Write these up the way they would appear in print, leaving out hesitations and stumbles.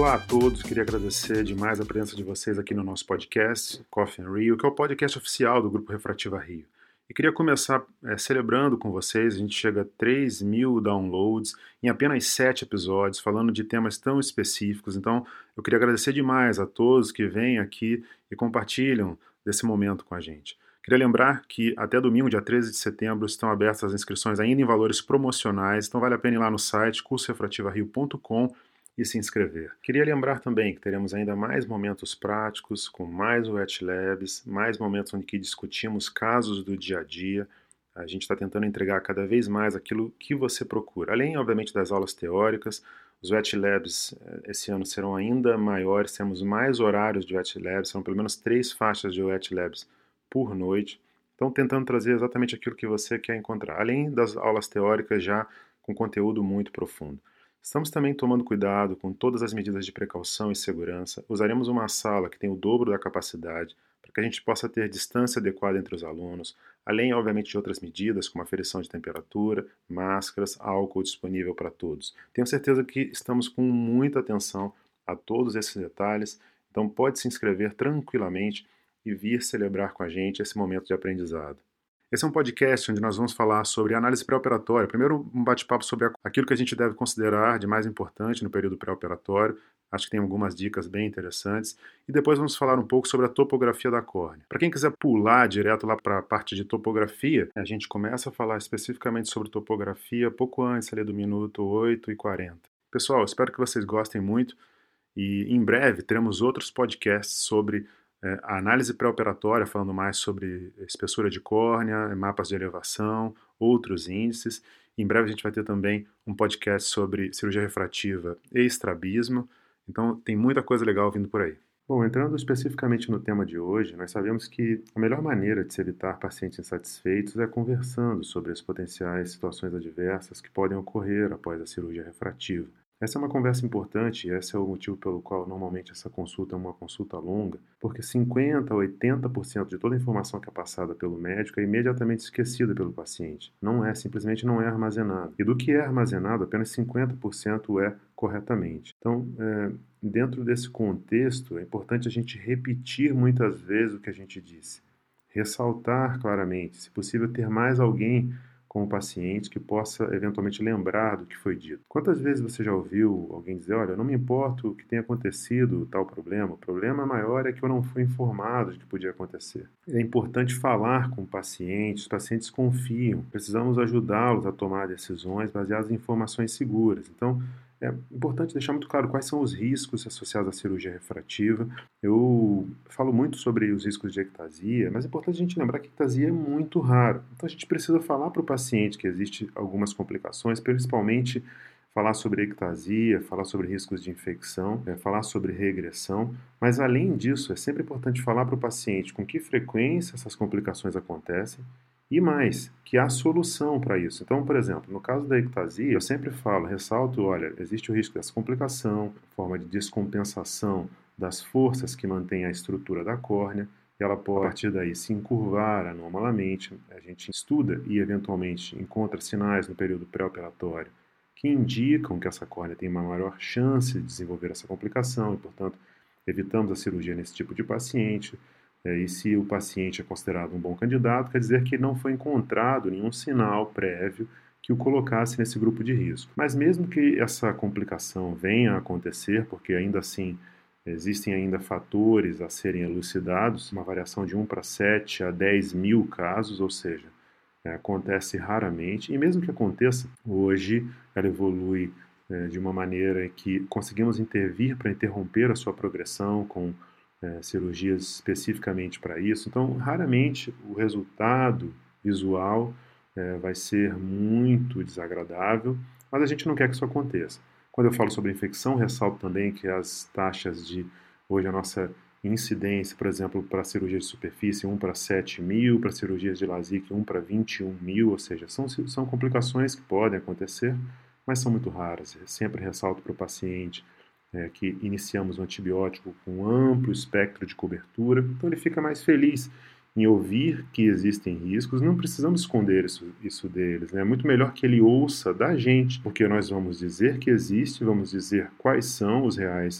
Olá a todos, queria agradecer demais a presença de vocês aqui no nosso podcast, Coffee and Rio, que é o podcast oficial do Grupo Refrativa Rio. E queria começar celebrando com vocês, a gente chega a 3.000 downloads em apenas 7 episódios, falando de temas tão específicos. Então, eu queria agradecer demais a todos que vêm aqui e compartilham desse momento com a gente. Queria lembrar que até domingo, dia 13 de setembro, estão abertas as inscrições ainda em valores promocionais, então vale a pena ir lá no site cursorefrativario.com e se inscrever. Queria lembrar também que teremos ainda mais momentos práticos, com mais wet labs, mais momentos onde discutimos casos do dia a dia. A gente está tentando entregar cada vez mais aquilo que você procura. Além, obviamente, das aulas teóricas, os wet labs esse ano serão ainda maiores, temos mais horários de wet labs, serão pelo menos 3 faixas de wet labs por noite. Então, tentando trazer exatamente aquilo que você quer encontrar, além das aulas teóricas já com conteúdo muito profundo. Estamos também tomando cuidado com todas as medidas de precaução e segurança. Usaremos uma sala que tem o dobro da capacidade para que a gente possa ter distância adequada entre os alunos, além, obviamente, de outras medidas, como aferição de temperatura, máscaras, álcool disponível para todos. Tenho certeza que estamos com muita atenção a todos esses detalhes, então pode se inscrever tranquilamente e vir celebrar com a gente esse momento de aprendizado. Esse é um podcast onde nós vamos falar sobre análise pré-operatória. Primeiro, um bate-papo sobre aquilo que a gente deve considerar de mais importante no período pré-operatório. Acho que tem algumas dicas bem interessantes. E depois vamos falar um pouco sobre a topografia da córnea. Para quem quiser pular direto lá para a parte de topografia, a gente começa a falar especificamente sobre topografia pouco antes ali do minuto 8:40. Pessoal, espero que vocês gostem muito e em breve teremos outros podcasts sobre a análise pré-operatória, falando mais sobre espessura de córnea, mapas de elevação, outros índices. Em breve a gente vai ter também um podcast sobre cirurgia refrativa e estrabismo. Então tem muita coisa legal vindo por aí. Bom, entrando especificamente no tema de hoje, nós sabemos que a melhor maneira de se evitar pacientes insatisfeitos é conversando sobre as potenciais situações adversas que podem ocorrer após a cirurgia refrativa. Essa é uma conversa importante e esse é o motivo pelo qual normalmente essa consulta é uma consulta longa, porque 50% a 80% de toda a informação que é passada pelo médico é imediatamente esquecida pelo paciente. Simplesmente não é armazenado. E do que é armazenado, apenas 50% é corretamente. Então, dentro desse contexto, é importante a gente repetir muitas vezes o que a gente disse. Ressaltar claramente, se possível, ter mais alguém com o paciente que possa eventualmente lembrar do que foi dito. Quantas vezes você já ouviu alguém dizer, olha, não me importa o que tenha acontecido tal problema, o problema maior é que eu não fui informado de que podia acontecer. É importante falar com o paciente, os pacientes confiam, precisamos ajudá-los a tomar decisões baseadas em informações seguras. Então, é importante deixar muito claro quais são os riscos associados à cirurgia refrativa. Eu falo muito sobre os riscos de ectasia, mas é importante a gente lembrar que ectasia é muito raro. Então a gente precisa falar para o paciente que existem algumas complicações, principalmente falar sobre ectasia, falar sobre riscos de infecção, falar sobre regressão, mas além disso é sempre importante falar para o paciente com que frequência essas complicações acontecem, e mais, que há solução para isso. Então, por exemplo, no caso da ectasia, eu sempre ressalto, olha, existe o risco dessa complicação, forma de descompensação das forças que mantêm a estrutura da córnea, e ela pode, a partir daí, se encurvar anormalmente. A gente estuda e, eventualmente, encontra sinais no período pré-operatório que indicam que essa córnea tem uma maior chance de desenvolver essa complicação e, portanto, evitamos a cirurgia nesse tipo de paciente. E se o paciente é considerado um bom candidato, quer dizer que não foi encontrado nenhum sinal prévio que o colocasse nesse grupo de risco. Mas mesmo que essa complicação venha a acontecer, porque ainda assim existem ainda fatores a serem elucidados, uma variação de 1 para 7 a 10 mil casos, ou seja, acontece raramente, e mesmo que aconteça, hoje ela evolui de uma maneira que conseguimos intervir para interromper a sua progressão com cirurgias especificamente para isso. Então, raramente o resultado visual vai ser muito desagradável, mas a gente não quer que isso aconteça. Quando eu falo sobre infecção, ressalto também que as taxas de, hoje a nossa incidência, por exemplo, para cirurgia de superfície, 1 para 7 mil, para cirurgias de LASIK, 1 para 21 mil, ou seja, são complicações que podem acontecer, mas são muito raras. Eu sempre ressalto para o paciente que iniciamos um antibiótico com amplo espectro de cobertura, então ele fica mais feliz em ouvir que existem riscos, não precisamos esconder isso deles, né? É muito melhor que ele ouça da gente, porque nós vamos dizer que existe, vamos dizer quais são os reais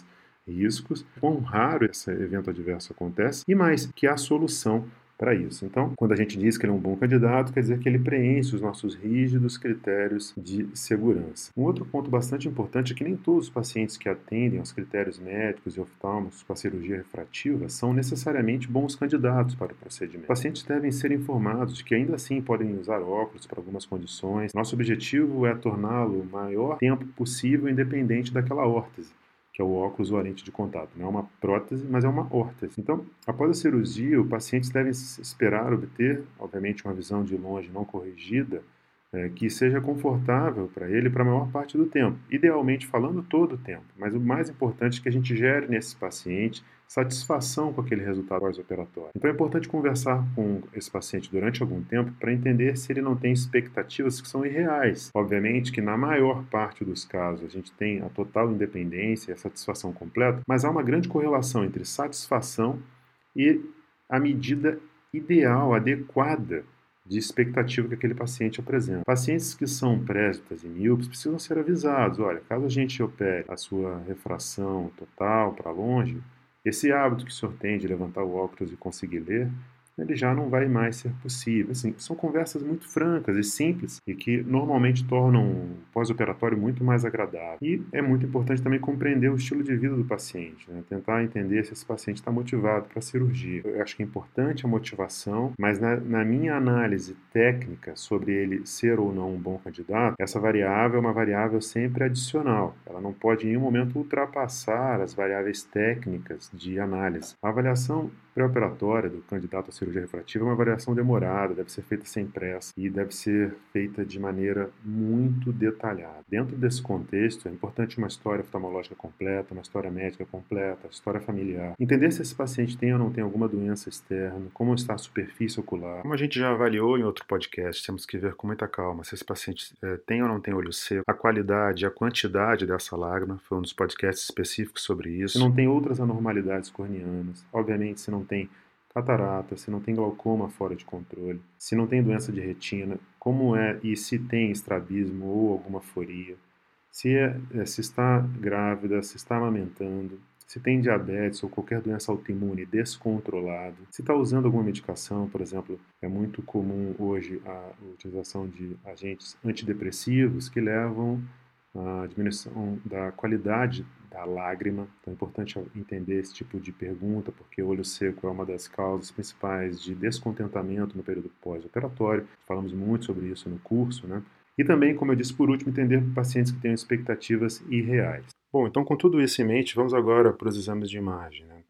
riscos, quão raro esse evento adverso acontece e mais, que há solução para isso. Então, quando a gente diz que ele é um bom candidato, quer dizer que ele preenche os nossos rígidos critérios de segurança. Um outro ponto bastante importante é que nem todos os pacientes que atendem aos critérios médicos e oftalmos para cirurgia refrativa são necessariamente bons candidatos para o procedimento. Os pacientes devem ser informados de que ainda assim podem usar óculos para algumas condições. Nosso objetivo é torná-lo o maior tempo possível independente daquela órtese, que é o óculos ou a lente de contato. Não é uma prótese, mas é uma órtese. Então, após a cirurgia, o paciente deve esperar obter, obviamente, uma visão de longe não corrigida, que seja confortável para ele para a maior parte do tempo. Idealmente falando, todo o tempo. Mas o mais importante é que a gente gere nesse paciente satisfação com aquele resultado pós-operatório. Então é importante conversar com esse paciente durante algum tempo para entender se ele não tem expectativas que são irreais. Obviamente que na maior parte dos casos a gente tem a total independência e a satisfação completa, mas há uma grande correlação entre satisfação e a medida ideal, adequada de expectativa que aquele paciente apresenta. Pacientes que são presbitas e míopes precisam ser avisados. Olha, caso a gente opere a sua refração total para longe, esse hábito que o senhor tem de levantar o óculos e conseguir ler, ele já não vai mais ser possível. Assim, são conversas muito francas e simples e que normalmente tornam o pós-operatório muito mais agradável. E é muito importante também compreender o estilo de vida do paciente, né? Tentar entender se esse paciente está motivado para a cirurgia. Eu acho que é importante a motivação, mas na minha análise técnica sobre ele ser ou não um bom candidato, essa variável é uma variável sempre adicional. Ela não pode em nenhum momento ultrapassar as variáveis técnicas de análise. A avaliação pré-operatória do candidato à cirurgia refrativa é uma avaliação demorada, deve ser feita sem pressa e deve ser feita de maneira muito detalhada. Dentro desse contexto, é importante uma história oftalmológica completa, uma história médica completa, história familiar. Entender se esse paciente tem ou não tem alguma doença externa, como está a superfície ocular. Como a gente já avaliou em outro podcast, temos que ver com muita calma se esse paciente tem ou não tem olho seco, a qualidade, a quantidade dessa lágrima, foi um dos podcasts específicos sobre isso. Se não tem outras anormalidades corneanas, obviamente se não tem catarata, se não tem glaucoma fora de controle, se não tem doença de retina, como é e se tem estrabismo ou alguma foria, se está grávida, se está amamentando, se tem diabetes ou qualquer doença autoimune descontrolada, se está usando alguma medicação, por exemplo, é muito comum hoje a utilização de agentes antidepressivos que levam à diminuição da qualidade da lágrima. Então é importante entender esse tipo de pergunta, porque o olho seco é uma das causas principais de descontentamento no período pós-operatório. Falamos muito sobre isso no curso, né? E também, como eu disse por último, entender pacientes que tenham expectativas irreais. Bom, então com tudo isso em mente, vamos agora para os exames de imagem, né?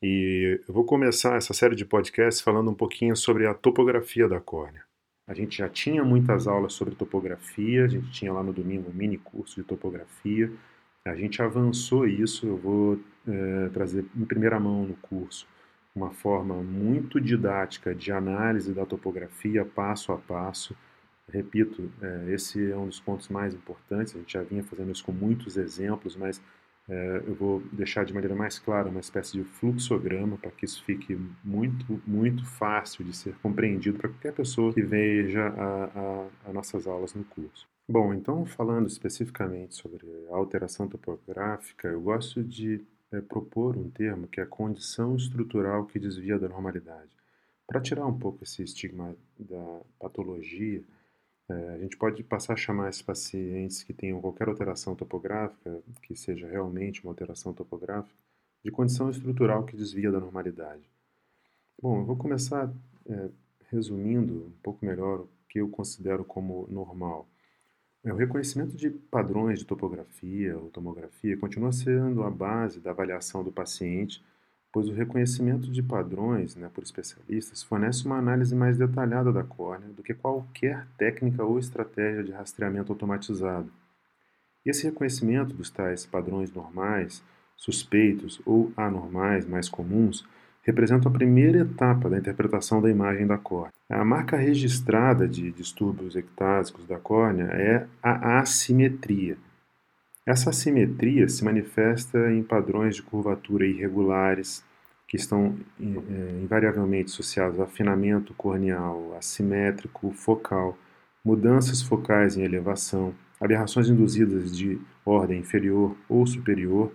E eu vou começar essa série de podcasts falando um pouquinho sobre a topografia da córnea. A gente já tinha muitas aulas sobre topografia, a gente tinha lá no domingo um mini curso de topografia. A gente avançou isso, eu vou trazer em primeira mão no curso uma forma muito didática de análise da topografia passo a passo. Repito, esse é um dos pontos mais importantes, a gente já vinha fazendo isso com muitos exemplos, mas eu vou deixar de maneira mais clara uma espécie de fluxograma para que isso fique muito, muito fácil de ser compreendido para qualquer pessoa que veja as nossas aulas no curso. Bom, então falando especificamente sobre a alteração topográfica, eu gosto de propor um termo que é a condição estrutural que desvia da normalidade. Para tirar um pouco esse estigma da patologia, a gente pode passar a chamar esses pacientes que tenham qualquer alteração topográfica, que seja realmente uma alteração topográfica, de condição estrutural que desvia da normalidade. Bom, eu vou começar resumindo um pouco melhor o que eu considero como normal. O reconhecimento de padrões de topografia ou tomografia continua sendo a base da avaliação do paciente, pois o reconhecimento de padrões, por especialistas, fornece uma análise mais detalhada da córnea do que qualquer técnica ou estratégia de rastreamento automatizado. Esse reconhecimento dos tais padrões normais, suspeitos ou anormais mais comuns representa a primeira etapa da interpretação da imagem da córnea. A marca registrada de distúrbios ectásicos da córnea é a assimetria. Essa assimetria se manifesta em padrões de curvatura irregulares, que estão invariavelmente associados a afinamento corneal assimétrico focal, mudanças focais em elevação, aberrações induzidas de ordem inferior ou superior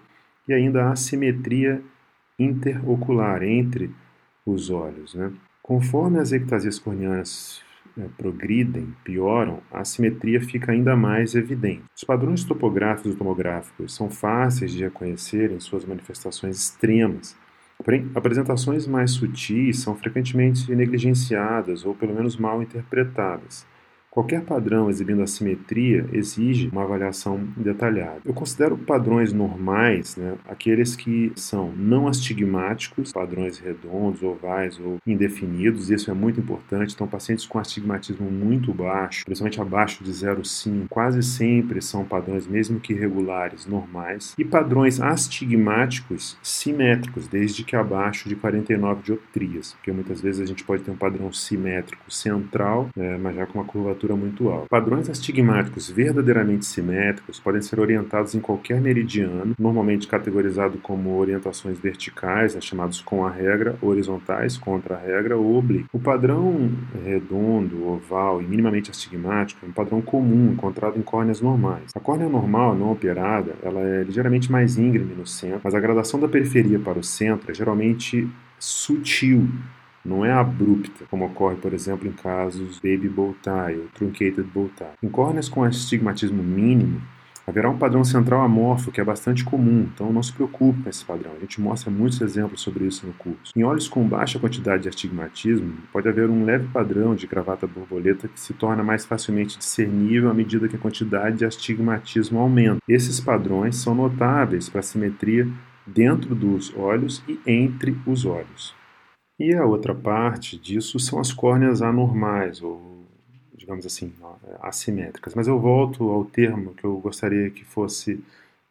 e ainda a assimetria interocular entre os olhos, né? Conforme as ectasias corneanas progridem, pioram, a assimetria fica ainda mais evidente. Os padrões topográficos e tomográficos são fáceis de reconhecer em suas manifestações extremas. Porém, apresentações mais sutis são frequentemente negligenciadas ou pelo menos mal interpretadas. Qualquer padrão exibindo assimetria exige uma avaliação detalhada. Eu considero padrões normais, aqueles que são não astigmáticos, padrões redondos, ovais ou indefinidos, isso é muito importante. Então, pacientes com astigmatismo muito baixo, principalmente abaixo de 0,5, quase sempre são padrões, mesmo que irregulares, normais. E padrões astigmáticos simétricos, desde que abaixo de 49 dioptrias, porque muitas vezes a gente pode ter um padrão simétrico central, mas já com uma curvatura muito alta. Padrões astigmáticos verdadeiramente simétricos podem ser orientados em qualquer meridiano, normalmente categorizado como orientações verticais, chamados com a regra, horizontais, contra a regra, ou oblíquo. O padrão redondo, oval e minimamente astigmático é um padrão comum encontrado em córneas normais. A córnea normal, não operada, ela é ligeiramente mais íngreme no centro, mas a gradação da periferia para o centro é geralmente sutil, não é abrupta, como ocorre, por exemplo, em casos baby bow tie ou truncated bow tie. Em córneas com astigmatismo mínimo, haverá um padrão central amorfo que é bastante comum, então não se preocupe com esse padrão. A gente mostra muitos exemplos sobre isso no curso. Em olhos com baixa quantidade de astigmatismo, pode haver um leve padrão de gravata borboleta que se torna mais facilmente discernível à medida que a quantidade de astigmatismo aumenta. Esses padrões são notáveis para a simetria dentro dos olhos e entre os olhos. E a outra parte disso são as córneas anormais, ou, digamos assim, assimétricas. Mas eu volto ao termo que eu gostaria que fosse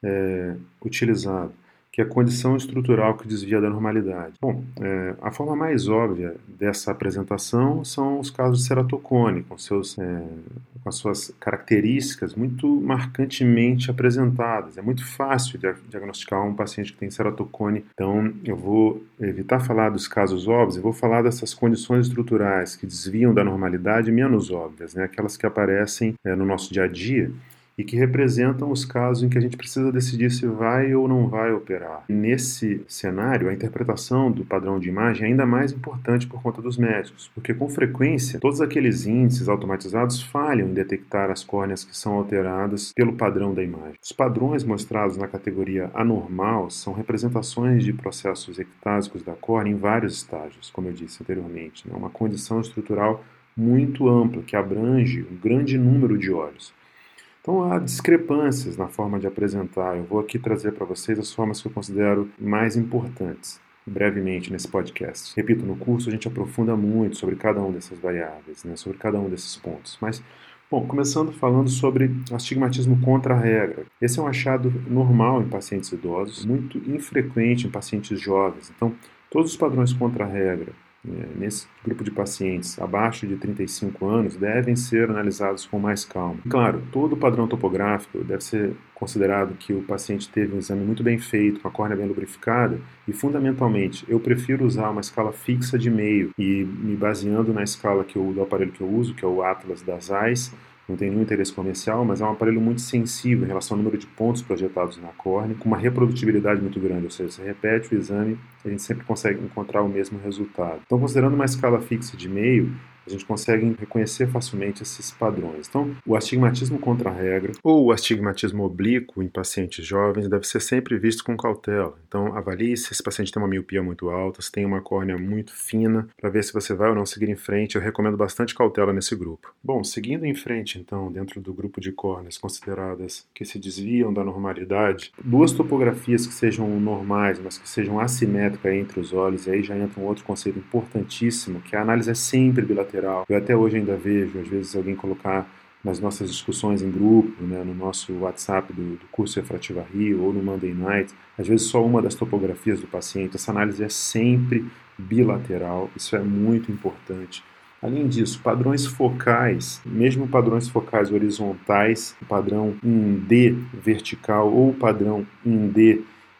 utilizado, que é a condição estrutural que desvia da normalidade. Bom, a forma mais óbvia dessa apresentação são os casos de ceratocone, com as suas características muito marcantemente apresentadas. É muito fácil diagnosticar um paciente que tem ceratocone, então eu vou evitar falar dos casos óbvios, eu vou falar dessas condições estruturais que desviam da normalidade menos óbvias, aquelas que aparecem no nosso dia a dia, e que representam os casos em que a gente precisa decidir se vai ou não vai operar. Nesse cenário, a interpretação do padrão de imagem é ainda mais importante por conta dos médicos, porque com frequência todos aqueles índices automatizados falham em detectar as córneas que são alteradas pelo padrão da imagem. Os padrões mostrados na categoria anormal são representações de processos ectásicos da córnea em vários estágios, como eu disse anteriormente, uma condição estrutural muito ampla que abrange um grande número de olhos. Então há discrepâncias na forma de apresentar. Eu vou aqui trazer para vocês as formas que eu considero mais importantes, brevemente nesse podcast. Repito, no curso a gente aprofunda muito sobre cada uma dessas variáveis, sobre cada um desses pontos. Mas, bom, começando falando sobre astigmatismo contra a regra. Esse é um achado normal em pacientes idosos, muito infrequente em pacientes jovens. Então, todos os padrões contra a regra nesse grupo de pacientes abaixo de 35 anos devem ser analisados com mais calma. Claro, todo padrão topográfico deve ser considerado que o paciente teve um exame muito bem feito, com a córnea bem lubrificada, e fundamentalmente eu prefiro usar uma escala fixa de meio e me baseando na escala do aparelho que eu uso, que é o Atlas da Zeiss. Não tem nenhum interesse comercial, mas é um aparelho muito sensível em relação ao número de pontos projetados na córnea, com uma reprodutibilidade muito grande, ou seja, você repete o exame e a gente sempre consegue encontrar o mesmo resultado. Então, considerando uma escala fixa de meio, a gente consegue reconhecer facilmente esses padrões. Então, o astigmatismo contra a regra ou o astigmatismo oblíquo em pacientes jovens deve ser sempre visto com cautela. Então, avalie se esse paciente tem uma miopia muito alta, se tem uma córnea muito fina, para ver se você vai ou não seguir em frente. Eu recomendo bastante cautela nesse grupo. Bom, seguindo em frente, então, dentro do grupo de córneas consideradas que se desviam da normalidade, duas topografias que sejam normais, mas que sejam assimétricas entre os olhos, e aí já entra um outro conceito importantíssimo, que a análise é sempre bilateral. Eu até hoje ainda vejo, às vezes, alguém colocar nas nossas discussões em grupo, no nosso WhatsApp do curso Refrativa Rio ou no Monday Night, às vezes só uma das topografias do paciente. Essa análise é sempre bilateral, isso é muito importante. Além disso, padrões focais, mesmo padrões focais horizontais, padrão em D vertical ou padrão em D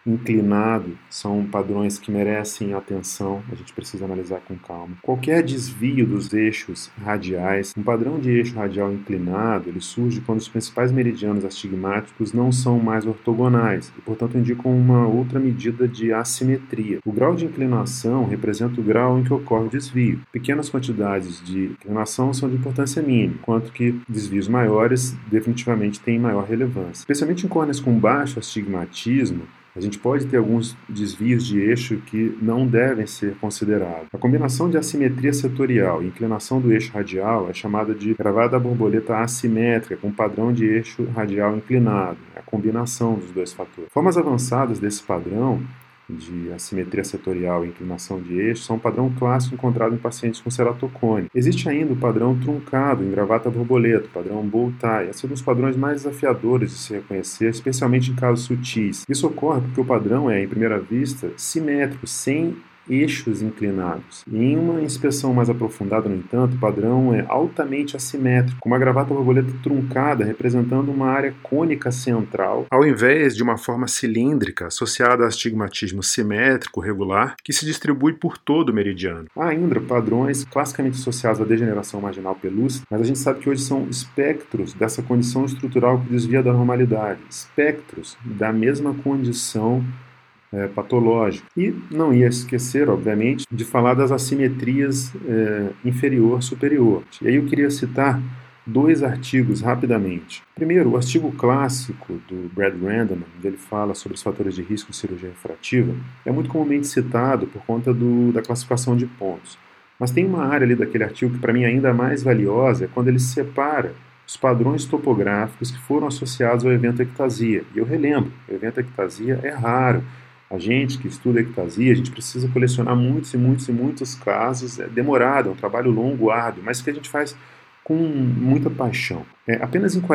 inclinado são padrões que merecem atenção, a gente precisa analisar com calma. Qualquer desvio dos eixos radiais, um padrão de eixo radial inclinado, ele surge quando os principais meridianos astigmáticos não são mais ortogonais e, portanto, indicam uma outra medida de assimetria. O grau de inclinação representa o grau em que ocorre o desvio. Pequenas quantidades de inclinação são de importância mínima, enquanto que desvios maiores definitivamente têm maior relevância. Especialmente em córneas com baixo astigmatismo, a gente pode ter alguns desvios de eixo que não devem ser considerados. A combinação de assimetria setorial e inclinação do eixo radial é chamada de gravata borboleta assimétrica, com padrão de eixo radial inclinado, a combinação dos dois fatores. Formas avançadas desse padrão de assimetria setorial e inclinação de eixo são um padrão clássico encontrado em pacientes com ceratocone. Existe ainda o padrão truncado em gravata borboleta, o padrão bow tie. Esse é um dos padrões mais desafiadores de se reconhecer, especialmente em casos sutis. Isso ocorre porque o padrão é, em primeira vista, simétrico, sem eixos inclinados. E em uma inspeção mais aprofundada, no entanto, o padrão é altamente assimétrico, com uma gravata borboleta truncada representando uma área cônica central, ao invés de uma forma cilíndrica associada a astigmatismo simétrico regular que se distribui por todo o meridiano. Há ainda padrões classicamente associados à degeneração marginal pelúcida, mas a gente sabe que hoje são espectros dessa condição estrutural que desvia da normalidade, espectros da mesma condição patológico. E não ia esquecer, obviamente, de falar das assimetrias inferior-superior. E aí eu queria citar dois artigos rapidamente. Primeiro, o artigo clássico do Brad Randleman, onde ele fala sobre os fatores de risco de cirurgia refrativa, é muito comumente citado por conta da classificação de pontos. Mas tem uma área ali daquele artigo que para mim é ainda mais valiosa, é quando ele separa os padrões topográficos que foram associados ao evento ectasia. E eu relembro, o evento ectasia é raro. A gente que estuda ectasia, a gente precisa colecionar muitos casos, é demorado, é um trabalho longo, árduo, mas que a gente faz com muita paixão. Apenas em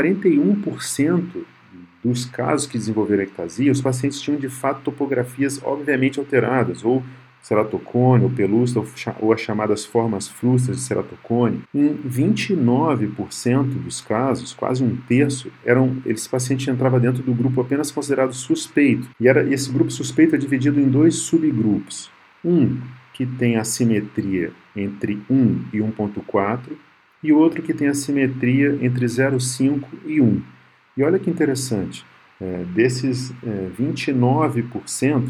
41% dos casos que desenvolveram ectasia, os pacientes tinham de fato topografias obviamente alteradas, ou ceratocone, ou pelúcida, ou as chamadas formas frustras de ceratocone. Em 29% dos casos, quase um terço, esse paciente entrava dentro do grupo apenas considerado suspeito. E esse grupo suspeito é dividido em dois subgrupos. Um que tem assimetria entre 1 e 1.4 e outro que tem assimetria entre 0,5 e 1. E olha que interessante, desses 29%,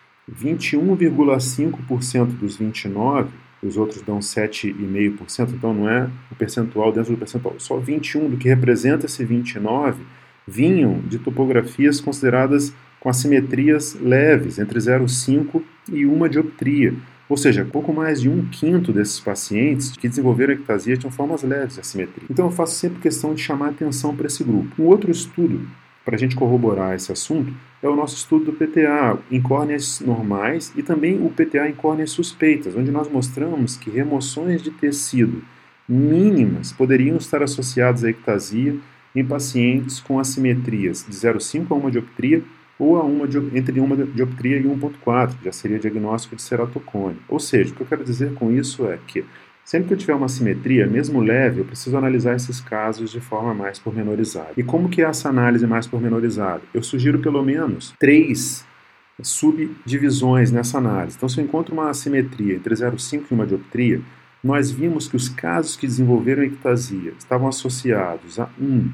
21,5% dos 29%, os outros dão 7,5%, então não é o percentual dentro do percentual, só 21% do que representa esse 29% vinham de topografias consideradas com assimetrias leves, entre 0,5 e 1 dioptria. Ou seja, pouco mais de 1/5 desses pacientes que desenvolveram ectasia tinham formas leves de assimetria. Então eu faço sempre questão de chamar atenção para esse grupo. Um outro estudo, para a gente corroborar esse assunto, é o nosso estudo do PTA em córneas normais e também o PTA em córneas suspeitas, onde nós mostramos que remoções de tecido mínimas poderiam estar associadas à ectasia em pacientes com assimetrias de 0,5 a 1 dioptria ou entre 1 dioptria e 1.4, já seria diagnóstico de ceratocone. Ou seja, o que eu quero dizer com isso é que sempre que eu tiver uma assimetria, mesmo leve, eu preciso analisar esses casos de forma mais pormenorizada. E como que é essa análise mais pormenorizada? Eu sugiro pelo menos 3 subdivisões nessa análise. Então, se eu encontro uma assimetria entre 0,5 e 1 dioptria, nós vimos que os casos que desenvolveram ectasia estavam associados a um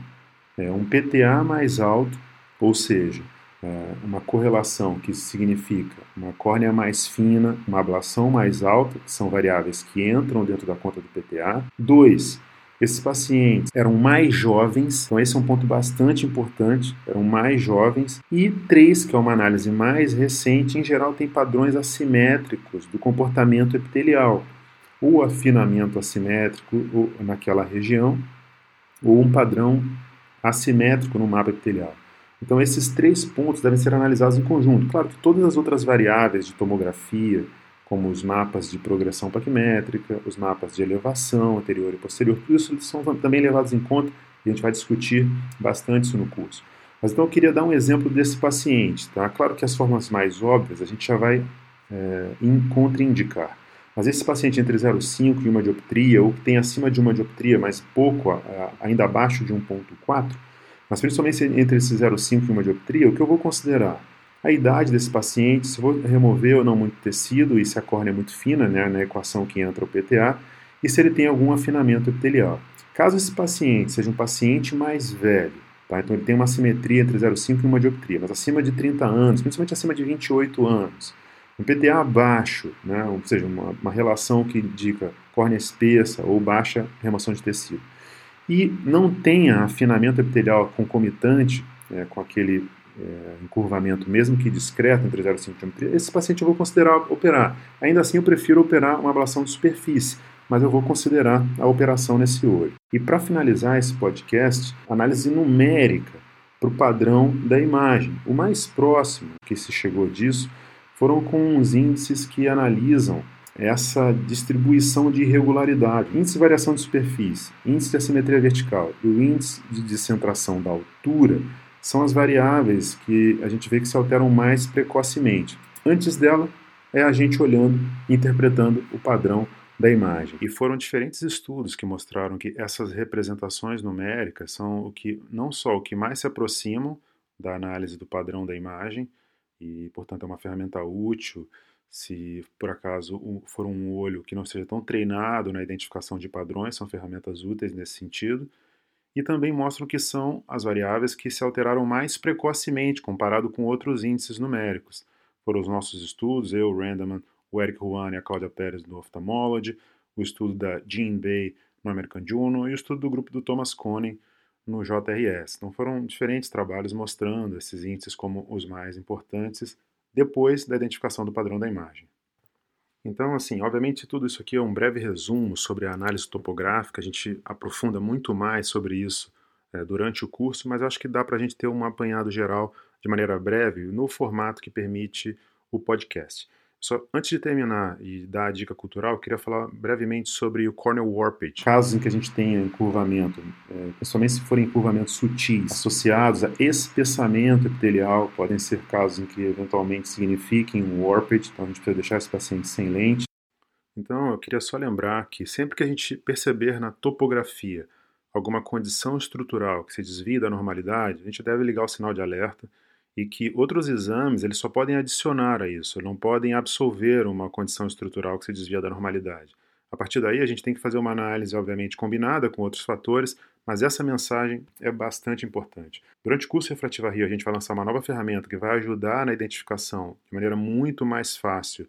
PTA mais alto, ou seja, uma correlação que significa uma córnea mais fina, uma ablação mais alta, que são variáveis que entram dentro da conta do PTA. 2, esses pacientes eram mais jovens, então esse é um ponto bastante importante, eram mais jovens. E 3, que é uma análise mais recente, em geral tem padrões assimétricos do comportamento epitelial, ou afinamento assimétrico naquela região, ou um padrão assimétrico no mapa epitelial. Então, esses 3 pontos devem ser analisados em conjunto. Claro que todas as outras variáveis de tomografia, como os mapas de progressão paquimétrica, os mapas de elevação anterior e posterior, tudo isso são também levados em conta e a gente vai discutir bastante isso no curso. Mas então eu queria dar um exemplo desse paciente. Tá? Claro que as formas mais óbvias a gente já vai contraindicar. Mas esse paciente entre 0,5 e 1 dioptria, ou que tem acima de 1 dioptria, mas pouco, ainda abaixo de 1.4, mas principalmente entre esse 0,5 e 1 dioptria, o que eu vou considerar? a idade desse paciente, se vou remover ou não muito tecido e se a córnea é muito fina, né, na equação que entra o PTA, e se ele tem algum afinamento epitelial. Caso esse paciente seja um paciente mais velho, tá? Então ele tem uma assimetria entre 0,5 e uma dioptria, mas acima de 30 anos, principalmente acima de 28 anos, um PTA abaixo, né, ou seja, uma relação que indica córnea espessa ou baixa remoção de tecido, e não tenha afinamento epitelial concomitante com aquele encurvamento, mesmo que discreto, entre 0 e 5 dioptria, esse paciente eu vou considerar operar. Ainda assim, eu prefiro operar uma ablação de superfície, mas eu vou considerar a operação nesse olho. E para finalizar esse podcast, análise numérica para o padrão da imagem. O mais próximo que se chegou disso foram com os índices que analisam essa distribuição de irregularidade, índice de variação de superfície, índice de assimetria vertical e o índice de descentração da altura são as variáveis que a gente vê que se alteram mais precocemente. Antes dela, é a gente olhando e interpretando o padrão da imagem. E foram diferentes estudos que mostraram que essas representações numéricas são o que não só o que mais se aproximam da análise do padrão da imagem, e, portanto, é uma ferramenta útil se, por acaso, for um olho que não seja tão treinado na identificação de padrões, são ferramentas úteis nesse sentido, e também mostram que são as variáveis que se alteraram mais precocemente comparado com outros índices numéricos. Foram os nossos estudos, eu, o Randaman, o Eric Juan e a Cláudia Pérez do Ophthalmology, o estudo da Jean Bay no American Journal e o estudo do grupo do Thomas Koenig no JRS. Então foram diferentes trabalhos mostrando esses índices como os mais importantes depois da identificação do padrão da imagem. Então, assim, obviamente tudo isso aqui é um breve resumo sobre a análise topográfica, a gente aprofunda muito mais sobre isso durante o curso, mas acho que dá para a gente ter um apanhado geral de maneira breve no formato que permite o podcast. Só antes de terminar e dar a dica cultural, eu queria falar brevemente sobre o corneal warpage. Casos em que a gente tenha encurvamento, principalmente se forem encurvamentos sutis, associados a espessamento epitelial, podem ser casos em que eventualmente signifiquem um warpage, então a gente precisa deixar esse paciente sem lente. Então eu queria só lembrar que sempre que a gente perceber na topografia alguma condição estrutural que se desvia da normalidade, a gente deve ligar o sinal de alerta e que outros exames eles só podem adicionar a isso, não podem absolver uma condição estrutural que se desvia da normalidade. A partir daí, a gente tem que fazer uma análise, obviamente, combinada com outros fatores, mas essa mensagem é bastante importante. Durante o curso Refrativa Rio, a gente vai lançar uma nova ferramenta que vai ajudar na identificação de maneira muito mais fácil,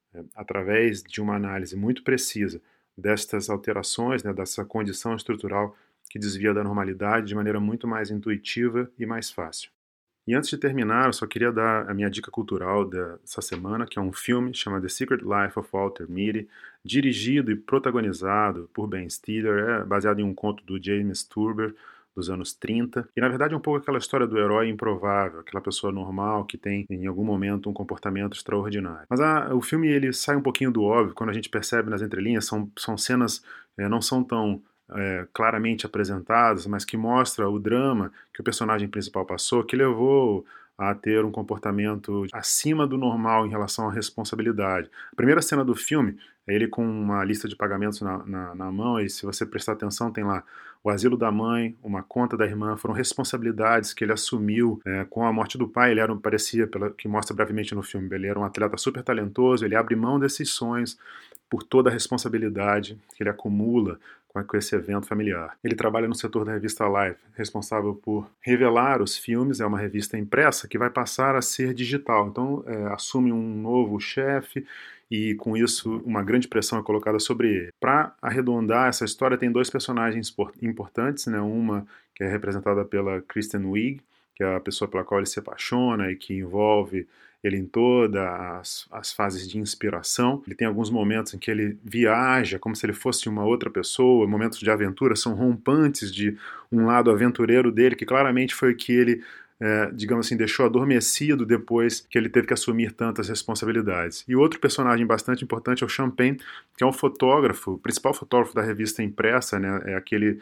através de uma análise muito precisa destas alterações, dessa condição estrutural que desvia da normalidade de maneira muito mais intuitiva e mais fácil. E antes de terminar, eu só queria dar a minha dica cultural dessa semana, que é um filme chamado The Secret Life of Walter Mitty, dirigido e protagonizado por Ben Stiller, é baseado em um conto do James Turber, dos anos 30, e na verdade é um pouco aquela história do herói improvável, aquela pessoa normal que tem em algum momento um comportamento extraordinário. Mas o filme ele sai um pouquinho do óbvio, quando a gente percebe nas entrelinhas, são cenas não são tão claramente apresentadas, mas que mostra o drama que o personagem principal passou, que levou a ter um comportamento acima do normal em relação à responsabilidade. A primeira cena do filme é ele com uma lista de pagamentos na mão, e se você prestar atenção tem lá o asilo da mãe, uma conta da irmã, foram responsabilidades que ele assumiu com a morte do pai. Ele parecia, que mostra brevemente no filme, ele era um atleta super talentoso, ele abre mão desses sonhos por toda a responsabilidade que ele acumula com esse evento familiar. Ele trabalha no setor da revista Life, responsável por revelar os filmes, é uma revista impressa que vai passar a ser digital. Então, assume um novo chefe e, com isso, uma grande pressão é colocada sobre ele. Para arredondar essa história, tem dois personagens importantes, né? Uma que é representada pela Kristen Wiig, que é a pessoa pela qual ele se apaixona e que envolve ele em todas as fases de inspiração. Ele tem alguns momentos em que ele viaja como se ele fosse uma outra pessoa, momentos de aventura são rompantes de um lado aventureiro dele, que claramente foi o que ele, digamos assim, deixou adormecido depois que ele teve que assumir tantas responsabilidades. E outro personagem bastante importante é o Champagne, que é um fotógrafo, o principal fotógrafo da revista impressa, né, é aquele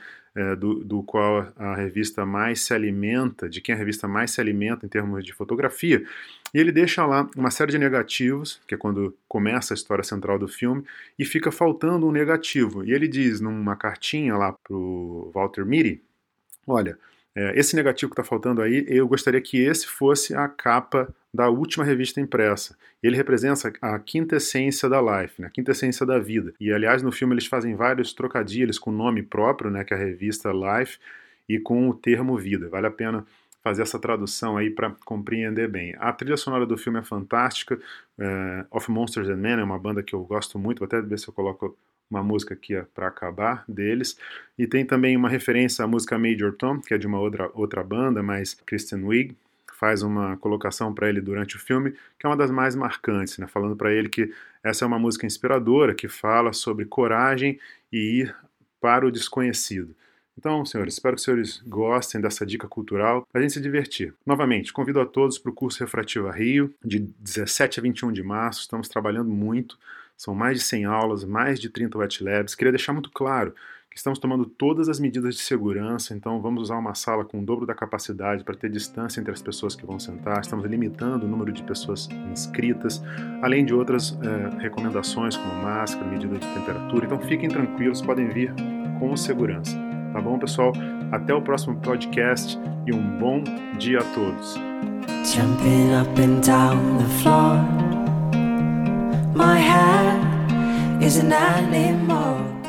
do qual a revista mais se alimenta, de quem a revista mais se alimenta em termos de fotografia, e ele deixa lá uma série de negativos, que é quando começa a história central do filme, e fica faltando um negativo. E ele diz numa cartinha lá pro Walter Mitty, olha, Esse negativo que está faltando aí, eu gostaria que esse fosse a capa da última revista impressa. Ele representa a quintessência da Life, né? A quintessência da vida. E, aliás, no filme eles fazem vários trocadilhos com o nome próprio, né, que é a revista Life, e com o termo vida. Vale a pena fazer essa tradução aí para compreender bem. A trilha sonora do filme é fantástica. Of Monsters and Men é uma banda que eu gosto muito, vou até ver se eu coloco uma música aqui para acabar deles. E tem também uma referência à música Major Tom, que é de uma outra banda, mas Kristen Wiig faz uma colocação para ele durante o filme, que é uma das mais marcantes, né? Falando para ele que essa é uma música inspiradora, que fala sobre coragem e ir para o desconhecido. Então, senhores, espero que os senhores gostem dessa dica cultural para a gente se divertir. Novamente, convido a todos para o curso Refrativa Rio, de 17 a 21 de março. Estamos trabalhando muito, são mais de 100 aulas, mais de 30 wet labs. Queria deixar muito claro que estamos tomando todas as medidas de segurança, então vamos usar uma sala com o dobro da capacidade para ter distância entre as pessoas que vão sentar. Estamos limitando o número de pessoas inscritas, além de outras recomendações como máscara, medida de temperatura. Então fiquem tranquilos, podem vir com segurança. Tá bom, pessoal? Até o próximo podcast e um bom dia a todos. Jumping up and down the floor. My head is an animal.